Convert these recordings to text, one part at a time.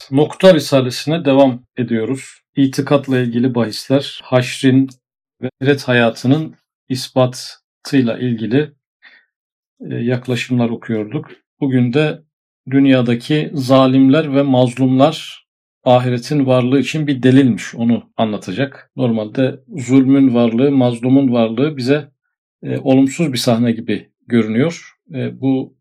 Nokta Risalesi'ne devam ediyoruz. İtikatla ilgili bahisler, haşrin ve ahiret hayatının ispatıyla ilgili yaklaşımlar okuyorduk. Bugün de dünyadaki zalimler ve mazlumlar ahiretin varlığı için bir delilmiş, onu anlatacak. Normalde zulmün varlığı, mazlumun varlığı bize olumsuz bir sahne gibi görünüyor. Bu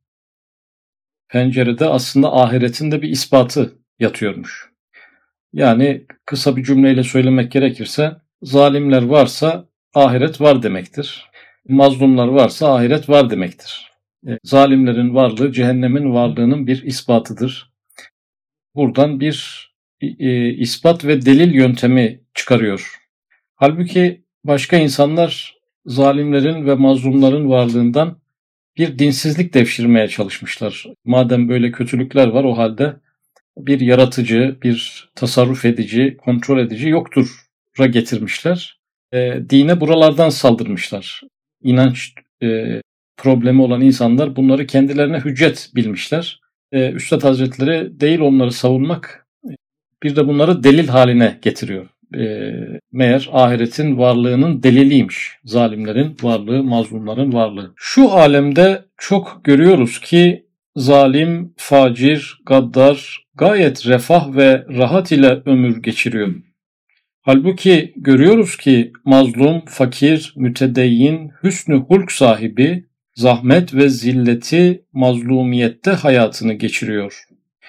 pencerede aslında ahiretin de bir ispatı yatıyormuş. Yani kısa bir cümleyle söylemek gerekirse zalimler varsa ahiret var demektir. Mazlumlar varsa ahiret var demektir. Zalimlerin varlığı cehennemin varlığının bir ispatıdır. Buradan bir ispat ve delil yöntemi çıkarıyor. Halbuki başka insanlar zalimlerin ve mazlumların varlığından bir dinsizlik devşirmeye çalışmışlar. Madem böyle kötülükler var, o halde bir yaratıcı, bir tasarruf edici, kontrol edici yoktur'a getirmişler. Dine buralardan saldırmışlar. İnanç problemi olan insanlar bunları kendilerine hüccet bilmişler. Üstad Hazretleri değil onları savunmak, bir de bunları delil haline getiriyor. Meğer ahiretin varlığının deliliymiş. Zalimlerin varlığı, mazlumların varlığı. Şu alemde çok görüyoruz ki zalim, facir, gaddar gayet refah ve rahat ile ömür geçiriyor. Halbuki görüyoruz ki mazlum, fakir, mütedeyyin, hüsnü hulk sahibi zahmet ve zilleti mazlumiyette hayatını geçiriyor.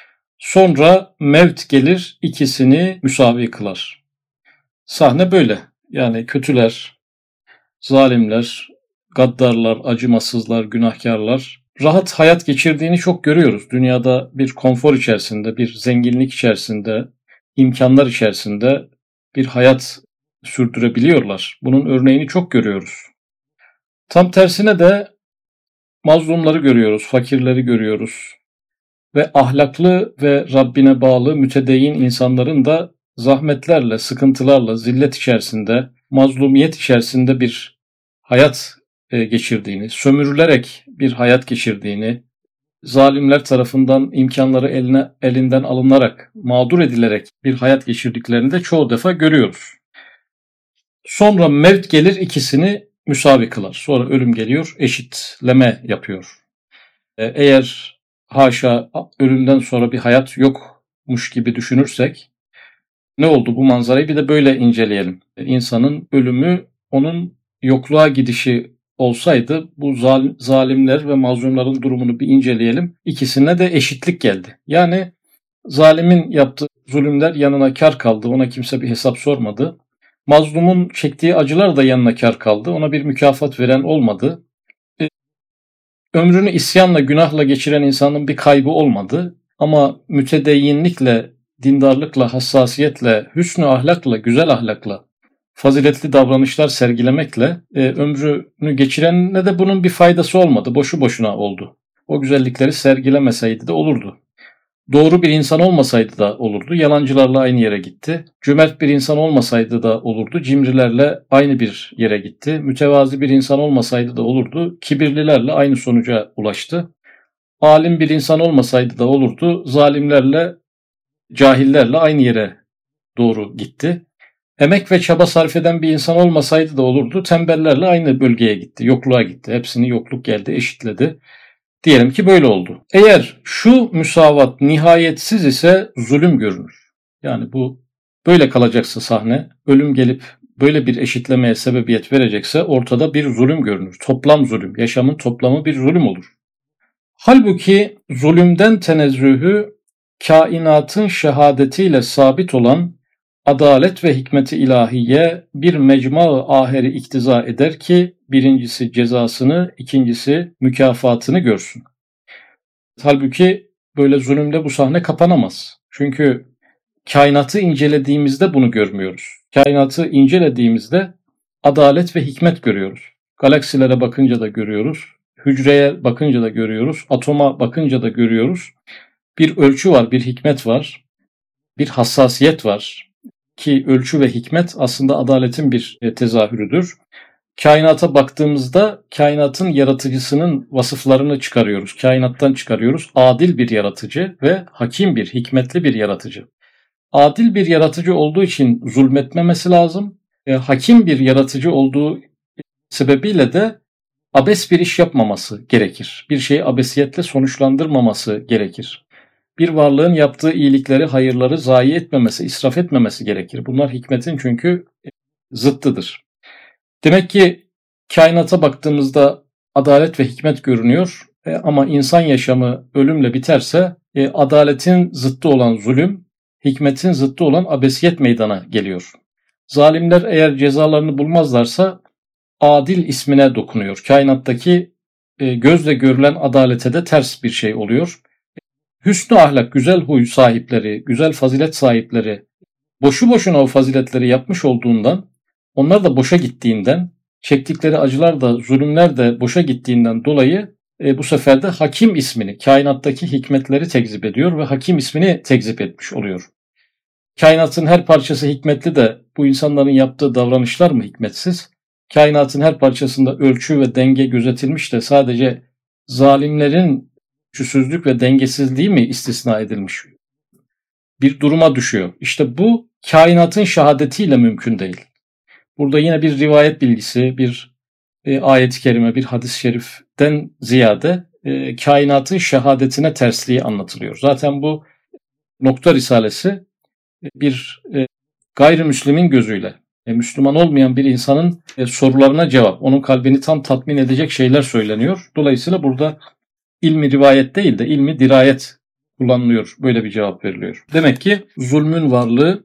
Sonra mevt gelir ikisini müsavi kılar. Sahne böyle. Yani kötüler, zalimler, gaddarlar, acımasızlar, günahkarlar rahat hayat geçirdiğini çok görüyoruz. Dünyada bir konfor içerisinde, bir zenginlik içerisinde, imkanlar içerisinde bir hayat sürdürebiliyorlar. Bunun örneğini çok görüyoruz. Tam tersine de mazlumları görüyoruz, fakirleri görüyoruz. Ve ahlaklı ve Rabbine bağlı mütedeyyin insanların da zahmetlerle, sıkıntılarla, zillet içerisinde, mazlumiyet içerisinde bir hayat geçirdiğini, sömürülerek bir hayat geçirdiğini, zalimler tarafından imkanları elinden alınarak, mağdur edilerek bir hayat geçirdiklerini de çoğu defa görüyoruz. Sonra mevt gelir ikisini müsavi kılar. Sonra ölüm geliyor, eşitleme yapıyor. Eğer haşa ölümden sonra bir hayat yokmuş gibi düşünürsek, ne oldu bu manzarayı bir de böyle inceleyelim. İnsanın ölümü onun yokluğa gidişi olsaydı bu zalimler ve mazlumların durumunu bir inceleyelim. İkisine de eşitlik geldi. Yani zalimin yaptığı zulümler yanına kar kaldı. Ona kimse bir hesap sormadı. Mazlumun çektiği acılar da yanına kar kaldı. Ona bir mükafat veren olmadı. Ömrünü isyanla, günahla geçiren insanın bir kaybı olmadı. Ama mütedeyyinlikle, dindarlıkla, hassasiyetle, hüsnü ahlakla, güzel ahlakla, faziletli davranışlar sergilemekle ömrünü geçirenine de bunun bir faydası olmadı. Boşu boşuna oldu. O güzellikleri sergilemeseydi de olurdu. Doğru bir insan olmasaydı da olurdu. Yalancılarla aynı yere gitti. Cömert bir insan olmasaydı da olurdu. Cimrilerle aynı bir yere gitti. Mütevazi bir insan olmasaydı da olurdu. Kibirlilerle aynı sonuca ulaştı. Alim bir insan olmasaydı da olurdu. Zalimlerle, cahillerle aynı yere doğru gitti. Emek ve çaba sarf eden bir insan olmasaydı da olurdu. Tembellerle aynı bölgeye gitti. Yokluğa gitti. Hepsini yokluk geldi, eşitledi. Diyelim ki böyle oldu. Eğer şu müsavat nihayetsiz ise zulüm görünür. Yani bu böyle kalacaksa sahne, ölüm gelip böyle bir eşitlemeye sebebiyet verecekse ortada bir zulüm görünür. Toplam zulüm, yaşamın toplamı bir zulüm olur. Halbuki zulümden tenezzühü kainatın şehadetiyle sabit olan adalet ve hikmeti ilahiye bir mecma-ı aheri iktiza eder ki birincisi cezasını, ikincisi mükafatını görsün. Halbuki böyle zulümde bu sahne kapanamaz. Çünkü kainatı incelediğimizde bunu görmüyoruz. Kainatı incelediğimizde adalet ve hikmet görüyoruz. Galaksilere bakınca da görüyoruz. Hücreye bakınca da görüyoruz. Atoma bakınca da görüyoruz. Bir ölçü var, bir hikmet var. Bir hassasiyet var. Ki ölçü ve hikmet aslında adaletin bir tezahürüdür. kainata baktığımızda kainatın yaratıcısının vasıflarını çıkarıyoruz. Kainattan çıkarıyoruz. Adil bir yaratıcı ve hakim bir, hikmetli bir yaratıcı. Adil bir yaratıcı olduğu için zulmetmemesi lazım. Hakim bir yaratıcı olduğu sebebiyle de abes bir iş yapmaması gerekir. Bir şeyi abesiyetle sonuçlandırmaması gerekir. Bir varlığın yaptığı iyilikleri, hayırları zayi etmemesi, israf etmemesi gerekir. Bunlar hikmetin çünkü zıttıdır. Demek ki kainata baktığımızda adalet ve hikmet görünüyor. Ama insan yaşamı ölümle biterse adaletin zıttı olan zulüm, hikmetin zıttı olan abesiyet meydana geliyor. Zalimler eğer cezalarını bulmazlarsa adil ismine dokunuyor. Kainattaki gözle görülen adalete de ters bir şey oluyor. Hüsnü ahlak, güzel huy sahipleri, güzel fazilet sahipleri boşu boşuna o faziletleri yapmış olduğundan, onlar da boşa gittiğinden, çektikleri acılar da, zulümler de boşa gittiğinden dolayı bu sefer de hakim ismini, kainattaki hikmetleri tekzip ediyor ve hakim ismini tekzip etmiş oluyor. Kainatın her parçası hikmetli de bu insanların yaptığı davranışlar mı hikmetsiz? Kainatın her parçasında ölçü ve denge gözetilmiş de sadece zalimlerin ölçüsüzlük ve dengesizliği mi istisna edilmiş? Bir duruma düşüyor. İşte bu kainatın şehadetiyle mümkün değil. Burada yine bir rivayet bilgisi, bir ayet-i kerime, bir hadis-i şeriften ziyade kainatın şehadetine tersliği anlatılıyor. Zaten bu Nokta Risalesi bir gayrimüslimin gözüyle, Müslüman olmayan bir insanın sorularına cevap, onun kalbini tam tatmin edecek şeyler söyleniyor. Dolayısıyla burada ilmi rivayet değil de ilmi dirayet kullanılıyor. Böyle bir cevap veriliyor. Demek ki zulmün varlığı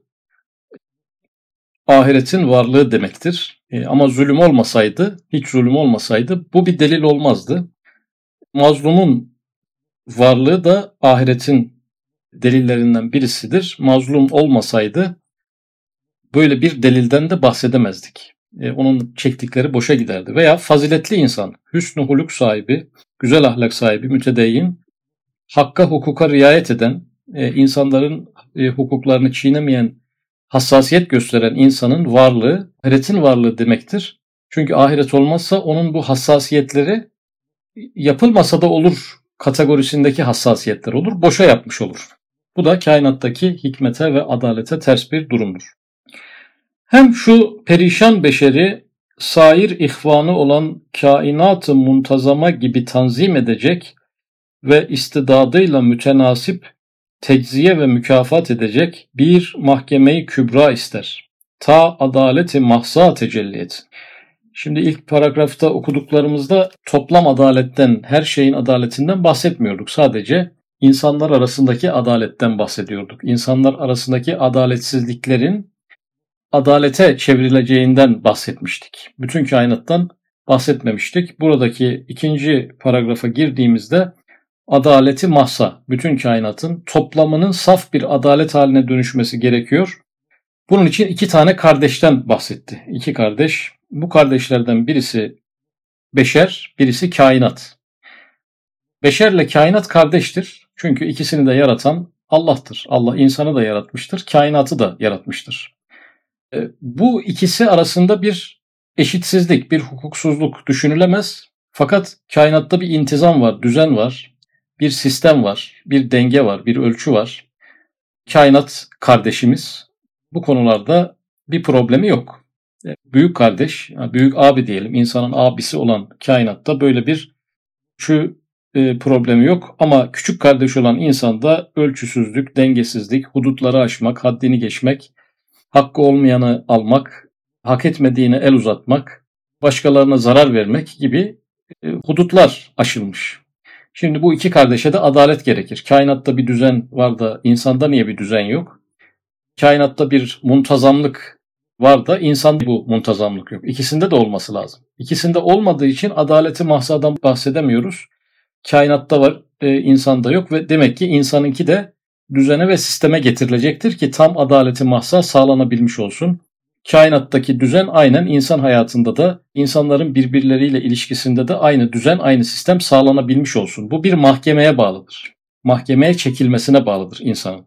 ahiretin varlığı demektir. Ama zulüm olmasaydı, hiç zulüm olmasaydı bu bir delil olmazdı. Mazlumun varlığı da ahiretin delillerinden birisidir. Mazlum olmasaydı böyle bir delilden de bahsedemezdik. Onun çektikleri boşa giderdi. Veya faziletli insan, hüsnü huluk sahibi, güzel ahlak sahibi, mütedeyyin, hakka hukuka riayet eden, insanların hukuklarını çiğnemeyen, hassasiyet gösteren insanın varlığı, ahiretin varlığı demektir. Çünkü ahiret olmazsa onun bu hassasiyetleri yapılmasa da olur kategorisindeki hassasiyetler olur, boşa yapmış olur. Bu da kainattaki hikmete ve adalete ters bir durumdur. Hem şu perişan beşeri sair ihvanı olan kainat-ı muntazama gibi tanzim edecek ve istidadıyla mütenasip tecziye ve mükafat edecek bir mahkeme-i kübra ister. Ta adaleti mahsa tecelli et. Şimdi ilk paragrafta okuduklarımızda toplam adaletten, her şeyin adaletinden bahsetmiyorduk. Sadece insanlar arasındaki adaletten bahsediyorduk. İnsanlar arasındaki adaletsizliklerin adalete çevrileceğinden bahsetmiştik. Bütün kainattan bahsetmemiştik. Buradaki ikinci paragrafa girdiğimizde adaleti mahsa, bütün kainatın toplamının saf bir adalet haline dönüşmesi gerekiyor. Bunun için iki tane kardeşten bahsetti. İki kardeş. Bu kardeşlerden birisi beşer, birisi kainat. Beşerle kainat kardeştir. Çünkü ikisini de yaratan Allah'tır. Allah insanı da yaratmıştır, kainatı da yaratmıştır. Bu ikisi arasında bir eşitsizlik, bir hukuksuzluk düşünülemez. Fakat kainatta bir intizam var, düzen var, bir sistem var, bir denge var, bir ölçü var. Kainat kardeşimiz. Bu konularda bir problemi yok. Büyük kardeş, büyük abi diyelim, insanın abisi olan kainatta böyle bir problemi yok. Ama küçük kardeş olan insanda ölçüsüzlük, dengesizlik, hudutları aşmak, haddini geçmek, hakkı olmayanı almak, hak etmediğine el uzatmak, başkalarına zarar vermek gibi hudutlar aşılmış. Şimdi bu iki kardeşe de adalet gerekir. Kainatta bir düzen var da insanda niye bir düzen yok? Kainatta bir muntazamlık var da insanda bu muntazamlık yok. İkisinde de olması lazım. İkisinde olmadığı için adaleti mahsadan bahsedemiyoruz. Kainatta var, insanda yok ve demek ki insanınki de düzene ve sisteme getirilecektir ki tam adaleti mahsa sağlanabilmiş olsun. Kainattaki düzen aynen insan hayatında da, insanların birbirleriyle ilişkisinde de aynı düzen, aynı sistem sağlanabilmiş olsun. Bu bir mahkemeye bağlıdır. Mahkemeye çekilmesine bağlıdır insanın.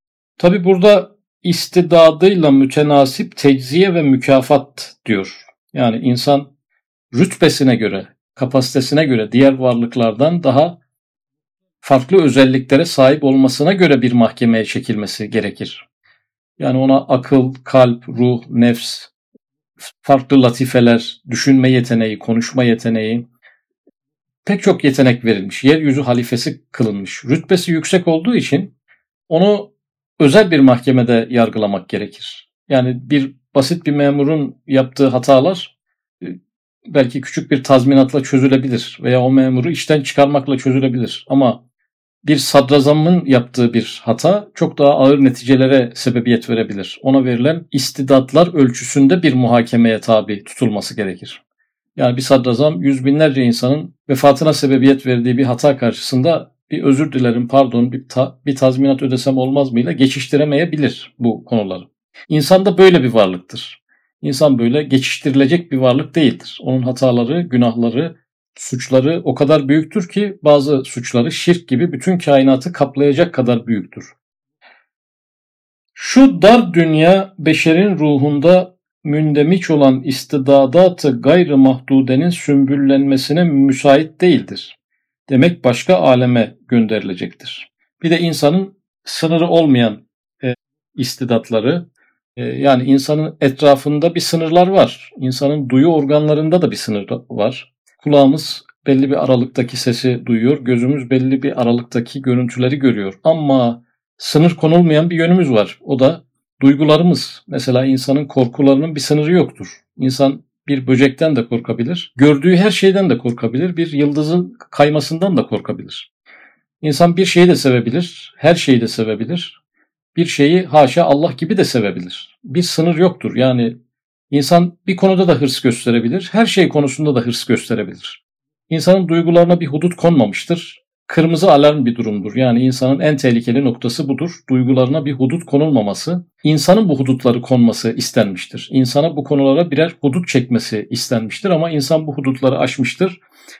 Tabi burada istidadıyla mütenasip tecziye ve mükafat diyor. Yani insan rütbesine göre, kapasitesine göre diğer varlıklardan daha farklı özelliklere sahip olmasına göre bir mahkemeye çekilmesi gerekir. Yani ona akıl, kalp, ruh, nefs, farklı latifeler, düşünme yeteneği, konuşma yeteneği, pek çok yetenek verilmiş. Yeryüzü halifesi kılınmış. Rütbesi yüksek olduğu için onu özel bir mahkemede yargılamak gerekir. Yani basit bir memurun yaptığı hatalar belki küçük bir tazminatla çözülebilir veya o memuru işten çıkarmakla çözülebilir. Ama bir sadrazamın yaptığı bir hata çok daha ağır neticelere sebebiyet verebilir. Ona verilen istidatlar ölçüsünde bir muhakemeye tabi tutulması gerekir. Yani bir sadrazam yüz binlerce insanın vefatına sebebiyet verdiği bir hata karşısında bir özür dilerim, pardon, bir tazminat ödesem olmaz mıyla geçiştiremeyebilir bu konuları. İnsan da böyle bir varlıktır. İnsan böyle geçiştirilecek bir varlık değildir. Onun hataları, günahları, suçları o kadar büyüktür ki bazı suçları şirk gibi bütün kainatı kaplayacak kadar büyüktür. Şu dar dünya beşerin ruhunda mündemiş olan istidadat-ı gayr-ı mahdudenin sümbüllenmesine müsait değildir. Demek başka aleme gönderilecektir. Bir de insanın sınırı olmayan istidatları, yani insanın etrafında bir sınırlar var. İnsanın duyu organlarında da bir sınır var. Kulağımız belli bir aralıktaki sesi duyuyor, gözümüz belli bir aralıktaki görüntüleri görüyor. Ama sınır konulmayan bir yönümüz var. O da duygularımız. Mesela insanın korkularının bir sınırı yoktur. İnsan bir böcekten de korkabilir, gördüğü her şeyden de korkabilir, bir yıldızın kaymasından da korkabilir. İnsan bir şeyi de sevebilir, her şeyi de sevebilir. Bir şeyi haşa Allah gibi de sevebilir. Bir sınır yoktur. Yani insan bir konuda da hırs gösterebilir, her şey konusunda da hırs gösterebilir. İnsanın duygularına bir hudut konmamıştır. Kırmızı alarm bir durumdur. Yani insanın en tehlikeli noktası budur. Duygularına bir hudut konulmaması, insanın bu hudutları konması istenmiştir. İnsana bu konulara birer hudut çekmesi istenmiştir ama insan bu hudutları aşmıştır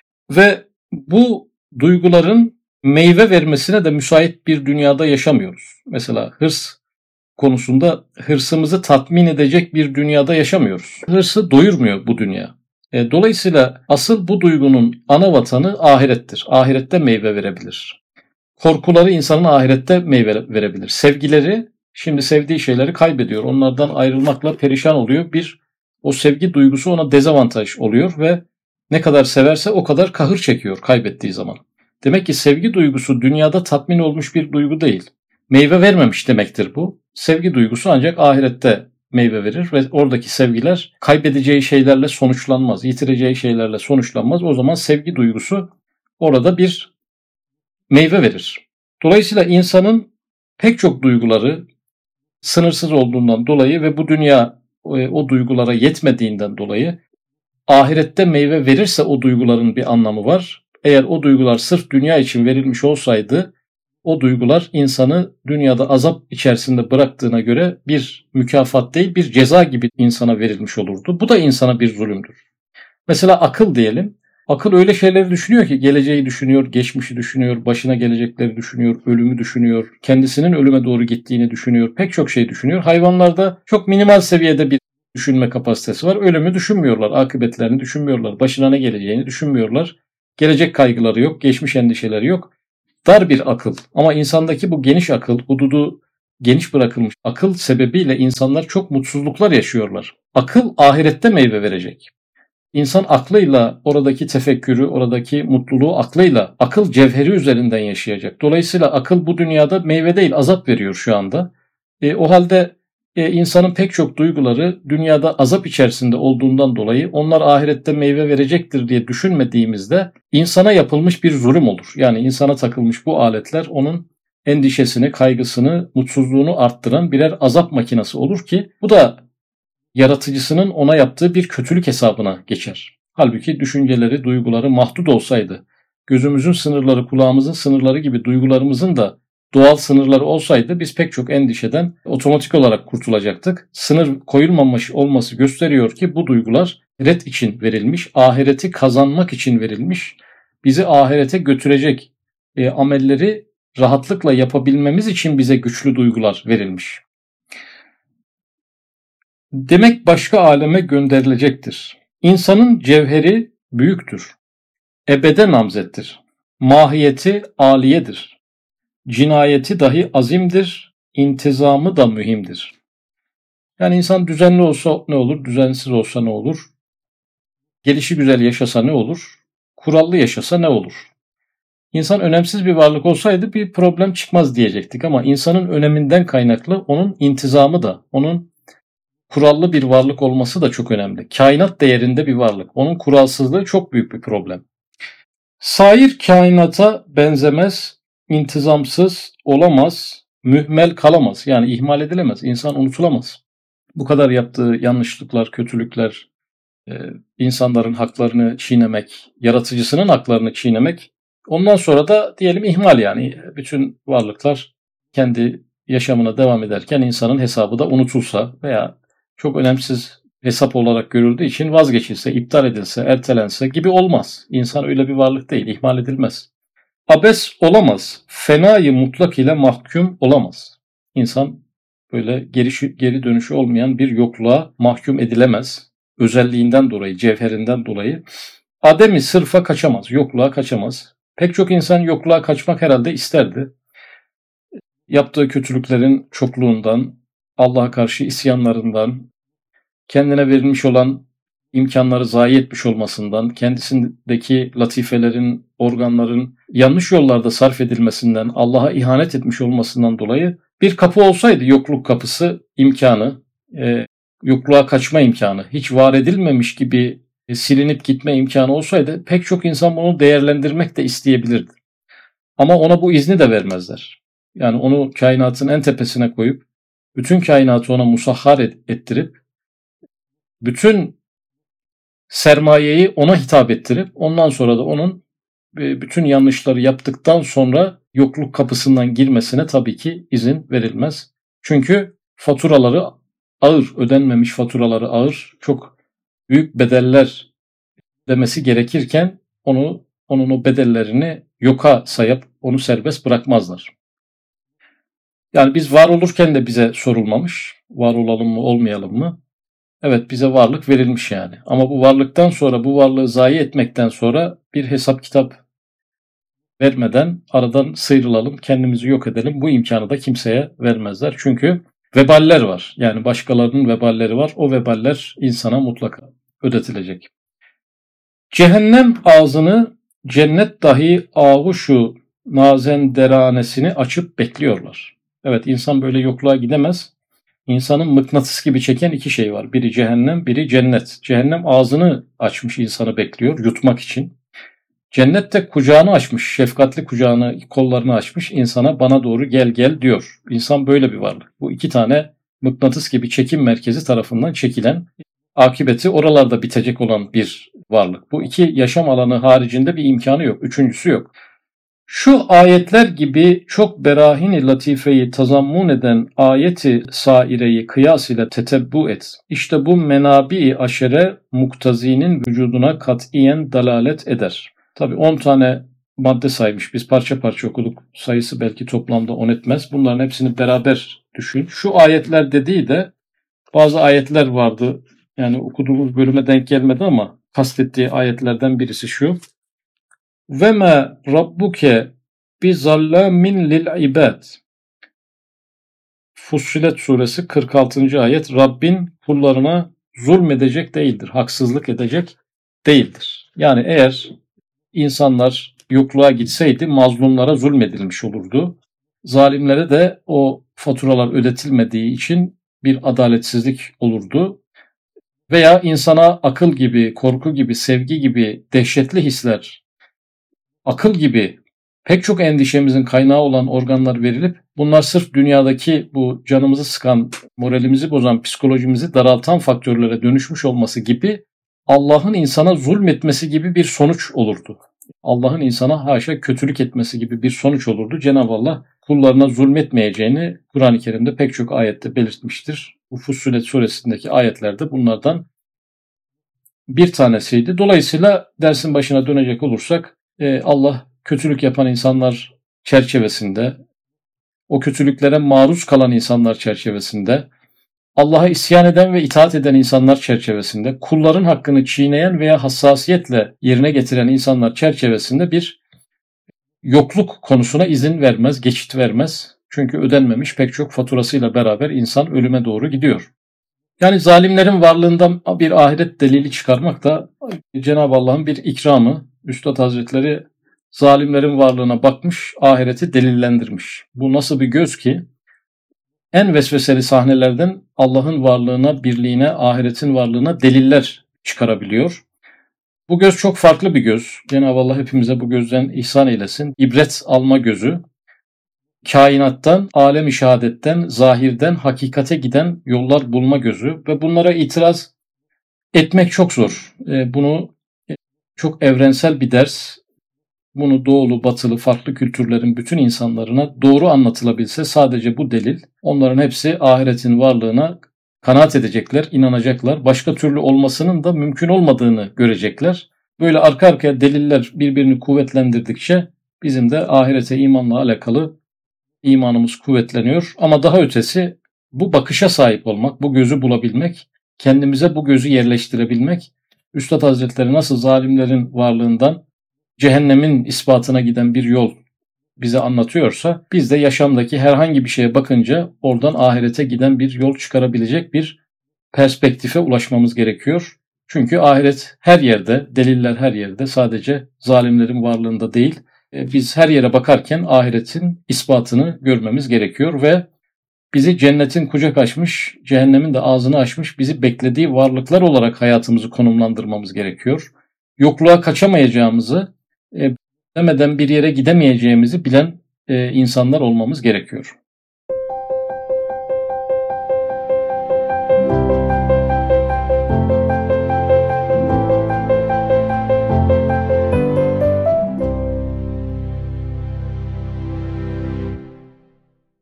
ve bu duyguların meyve vermesine de müsait bir dünyada yaşamıyoruz. Mesela hırs konusunda hırsımızı tatmin edecek bir dünyada yaşamıyoruz. Hırsı doyurmuyor bu dünya. Dolayısıyla asıl bu duygunun ana vatanı ahirettir. Ahirette meyve verebilir. Korkuları insanın ahirette meyve verebilir. Sevgileri, şimdi sevdiği şeyleri kaybediyor. Onlardan ayrılmakla perişan oluyor. O sevgi duygusu ona dezavantaj oluyor ve ne kadar severse o kadar kahır çekiyor kaybettiği zaman. Demek ki sevgi duygusu dünyada tatmin olmuş bir duygu değil. Meyve vermemiş demektir bu. Sevgi duygusu ancak ahirette meyve verir ve oradaki sevgiler kaybedeceği şeylerle sonuçlanmaz, yitireceği şeylerle sonuçlanmaz. O zaman sevgi duygusu orada bir meyve verir. Dolayısıyla insanın pek çok duyguları sınırsız olduğundan dolayı ve bu dünya o duygulara yetmediğinden dolayı ahirette meyve verirse o duyguların bir anlamı var. Eğer o duygular sırf dünya için verilmiş olsaydı o duygular insanı dünyada azap içerisinde bıraktığına göre bir mükafat değil bir ceza gibi insana verilmiş olurdu. Bu da insana bir zulümdür. Mesela akıl diyelim. Akıl öyle şeyleri düşünüyor ki geleceği düşünüyor, geçmişi düşünüyor, başına gelecekleri düşünüyor, ölümü düşünüyor, kendisinin ölüme doğru gittiğini düşünüyor, pek çok şey düşünüyor. Hayvanlarda çok minimal seviyede bir düşünme kapasitesi var. Ölümü düşünmüyorlar, akıbetlerini düşünmüyorlar, başına ne geleceğini düşünmüyorlar. Gelecek kaygıları yok, geçmiş endişeleri yok. Dar bir akıl ama insandaki bu geniş akıl, hududu geniş bırakılmış akıl sebebiyle insanlar çok mutsuzluklar yaşıyorlar. Akıl ahirette meyve verecek. İnsan aklıyla oradaki tefekkürü, oradaki mutluluğu aklıyla, akıl cevheri üzerinden yaşayacak. Dolayısıyla akıl bu dünyada meyve değil, azap veriyor şu anda. O halde insanın pek çok duyguları dünyada azap içerisinde olduğundan dolayı onlar ahirette meyve verecektir diye düşünmediğimizde insana yapılmış bir zulüm olur. Yani insana takılmış bu aletler onun endişesini, kaygısını, mutsuzluğunu arttıran birer azap makinesi olur ki bu da yaratıcısının ona yaptığı bir kötülük hesabına geçer. Halbuki düşünceleri, duyguları mahdut olsaydı, gözümüzün sınırları, kulağımızın sınırları gibi duygularımızın da doğal sınırları olsaydı biz pek çok endişeden otomatik olarak kurtulacaktık. Sınır koyulmamış olması gösteriyor ki bu duygular ahiret için verilmiş, ahireti kazanmak için verilmiş, bizi ahirete götürecek amelleri rahatlıkla yapabilmemiz için bize güçlü duygular verilmiş. Demek başka aleme gönderilecektir. İnsanın cevheri büyüktür. Ebede namzettir. Mahiyeti aliyedir. Cinayeti dahi azimdir. İntizamı da mühimdir. Yani insan düzenli olsa ne olur, düzensiz olsa ne olur? Gelişi güzel yaşasa ne olur? Kurallı yaşasa ne olur? İnsan önemsiz bir varlık olsaydı bir problem çıkmaz diyecektik ama insanın öneminden kaynaklı onun intizamı da, onun kurallı bir varlık olması da çok önemli. Kainat değerinde bir varlık. Onun kuralsızlığı çok büyük bir problem. Sair kainata benzemez, intizamsız olamaz, mühmel kalamaz. Yani ihmal edilemez, insan unutulamaz. Bu kadar yaptığı yanlışlıklar, kötülükler, insanların haklarını çiğnemek, yaratıcısının haklarını çiğnemek, ondan sonra da diyelim ihmal yani. Bütün varlıklar kendi yaşamına devam ederken insanın hesabı da unutulsa veya çok önemsiz hesap olarak görüldüğü için vazgeçilse, iptal edilse, ertelense gibi olmaz. İnsan öyle bir varlık değil, ihmal edilmez. Abes olamaz, fenayı mutlak ile mahkum olamaz. İnsan böyle geri dönüşü olmayan bir yokluğa mahkum edilemez. Özelliğinden dolayı, cevherinden dolayı. Ademi sırfa kaçamaz, yokluğa kaçamaz. Pek çok insan yokluğa kaçmak herhalde isterdi. Yaptığı kötülüklerin çokluğundan, Allah'a karşı isyanlarından, kendine verilmiş olan imkanları zayi etmiş olmasından, kendisindeki latifelerin, organların yanlış yollarda sarf edilmesinden, Allah'a ihanet etmiş olmasından dolayı bir kapı olsaydı, yokluk kapısı imkanı, yokluğa kaçma imkanı, hiç var edilmemiş gibi silinip gitme imkanı olsaydı pek çok insan bunu değerlendirmek de isteyebilirdi. Ama ona bu izni de vermezler. Yani onu kainatın en tepesine koyup, bütün kainatı ona musahhar ettirip, bütün sermayeyi ona hitap ettirip, ondan sonra da onun bütün yanlışları yaptıktan sonra yokluk kapısından girmesine tabii ki izin verilmez. Çünkü faturaları ağır, ödenmemiş faturaları ağır, çok büyük bedeller demesi gerekirken onun o bedellerini yoka sayıp onu serbest bırakmazlar. Yani biz var olurken de bize sorulmamış, var olalım mı olmayalım mı? Evet, bize varlık verilmiş yani. Ama bu varlıktan sonra, bu varlığı zayi etmekten sonra bir hesap kitap vermeden aradan sıyrılalım, kendimizi yok edelim. Bu imkanı da kimseye vermezler. Çünkü veballer var. Yani başkalarının veballeri var. O veballer insana mutlaka ödetilecek. Cehennem ağzını, cennet dahi ağuşu nazenderanesini açıp bekliyorlar. Evet, insan böyle yokluğa gidemez. İnsanın mıknatıs gibi çeken iki şey var. Biri cehennem, biri cennet. Cehennem ağzını açmış, insanı bekliyor yutmak için. Cennet de kucağını açmış, şefkatli kucağını, kollarını açmış, insana bana doğru gel gel diyor. İnsan böyle bir varlık. Bu iki tane mıknatıs gibi çekim merkezi tarafından çekilen, akıbeti oralarda bitecek olan bir varlık. Bu iki yaşam alanı haricinde bir imkanı yok. Üçüncüsü yok. Şu ayetler gibi çok berahin-i latifeyi tazammun eden ayeti saireyi kıyas ile tetebbu et. İşte bu menabi-i aşere muktazinin vücuduna katiyen dalalet eder. Tabii 10 tane madde saymış. Biz parça parça okuduk. Sayısı belki toplamda 10 etmez. Bunların hepsini beraber düşün. Şu ayetler dediği de bazı ayetler vardı. Yani okuduğumuz bölüme denk gelmedi ama kastettiği ayetlerden birisi şu. Ve me rabbuke bi zallamin lil ibad. Fussilet suresi 46. ayet. Rabbin kullarına zulmedecek değildir. Haksızlık edecek değildir. Yani eğer insanlar yokluğa gitseydi mazlumlara zulmedilmiş olurdu. Zalimlere de o faturalar ödetilmediği için bir adaletsizlik olurdu. Veya insana akıl gibi, korku gibi, sevgi gibi dehşetli hisler, akıl gibi pek çok endişemizin kaynağı olan organlar verilip bunlar sırf dünyadaki bu canımızı sıkan, moralimizi bozan, psikolojimizi daraltan faktörlere dönüşmüş olması gibi Allah'ın insana zulmetmesi gibi bir sonuç olurdu. Allah'ın insana haşa kötülük etmesi gibi bir sonuç olurdu. Cenab-ı Allah kullarına zulmetmeyeceğini Kur'an-ı Kerim'de pek çok ayette belirtmiştir. Bu Fussilet suresindeki ayetlerde bunlardan bir tanesiydi. Dolayısıyla dersin başına dönecek olursak Allah kötülük yapan insanlar çerçevesinde, o kötülüklere maruz kalan insanlar çerçevesinde, Allah'a isyan eden ve itaat eden insanlar çerçevesinde, kulların hakkını çiğneyen veya hassasiyetle yerine getiren insanlar çerçevesinde bir yokluk konusuna izin vermez, geçit vermez. Çünkü ödenmemiş pek çok faturasıyla beraber insan ölüme doğru gidiyor. Yani zalimlerin varlığından bir ahiret delili çıkarmak da Cenab-ı Allah'ın bir ikramı. Üstad Hazretleri zalimlerin varlığına bakmış, ahireti delillendirmiş. Bu nasıl bir göz ki? En vesveseli sahnelerden Allah'ın varlığına, birliğine, ahiretin varlığına deliller çıkarabiliyor. Bu göz çok farklı bir göz. Cenab-ı Allah hepimize bu gözden ihsan eylesin. İbret alma gözü. Kainattan, alem-i şehadetten, zahirden, hakikate giden yollar bulma gözü ve bunlara itiraz etmek çok zor. Bunu çok evrensel bir ders. Bunu doğulu, batılı, farklı kültürlerin bütün insanlarına doğru anlatılabilse sadece bu delil, onların hepsi ahiretin varlığına kanaat edecekler, inanacaklar. Başka türlü olmasının da mümkün olmadığını görecekler. Böyle arka arkaya deliller birbirini kuvvetlendirdikçe bizim de ahirete imanla alakalı imanımız kuvvetleniyor. Ama daha ötesi bu bakışa sahip olmak, bu gözü bulabilmek, kendimize bu gözü yerleştirebilmek. Üstad Hazretleri nasıl zalimlerin varlığından cehennemin ispatına giden bir yol bize anlatıyorsa, biz de yaşamdaki herhangi bir şeye bakınca oradan ahirete giden bir yol çıkarabilecek bir perspektife ulaşmamız gerekiyor. Çünkü ahiret her yerde, deliller her yerde, sadece zalimlerin varlığında değil. Biz her yere bakarken ahiretin ispatını görmemiz gerekiyor ve bizi cennetin kucak açmış, cehennemin de ağzını açmış, bizi beklediği varlıklar olarak hayatımızı konumlandırmamız gerekiyor. Yokluğa kaçamayacağımızı, demeden bir yere gidemeyeceğimizi bilen insanlar olmamız gerekiyor.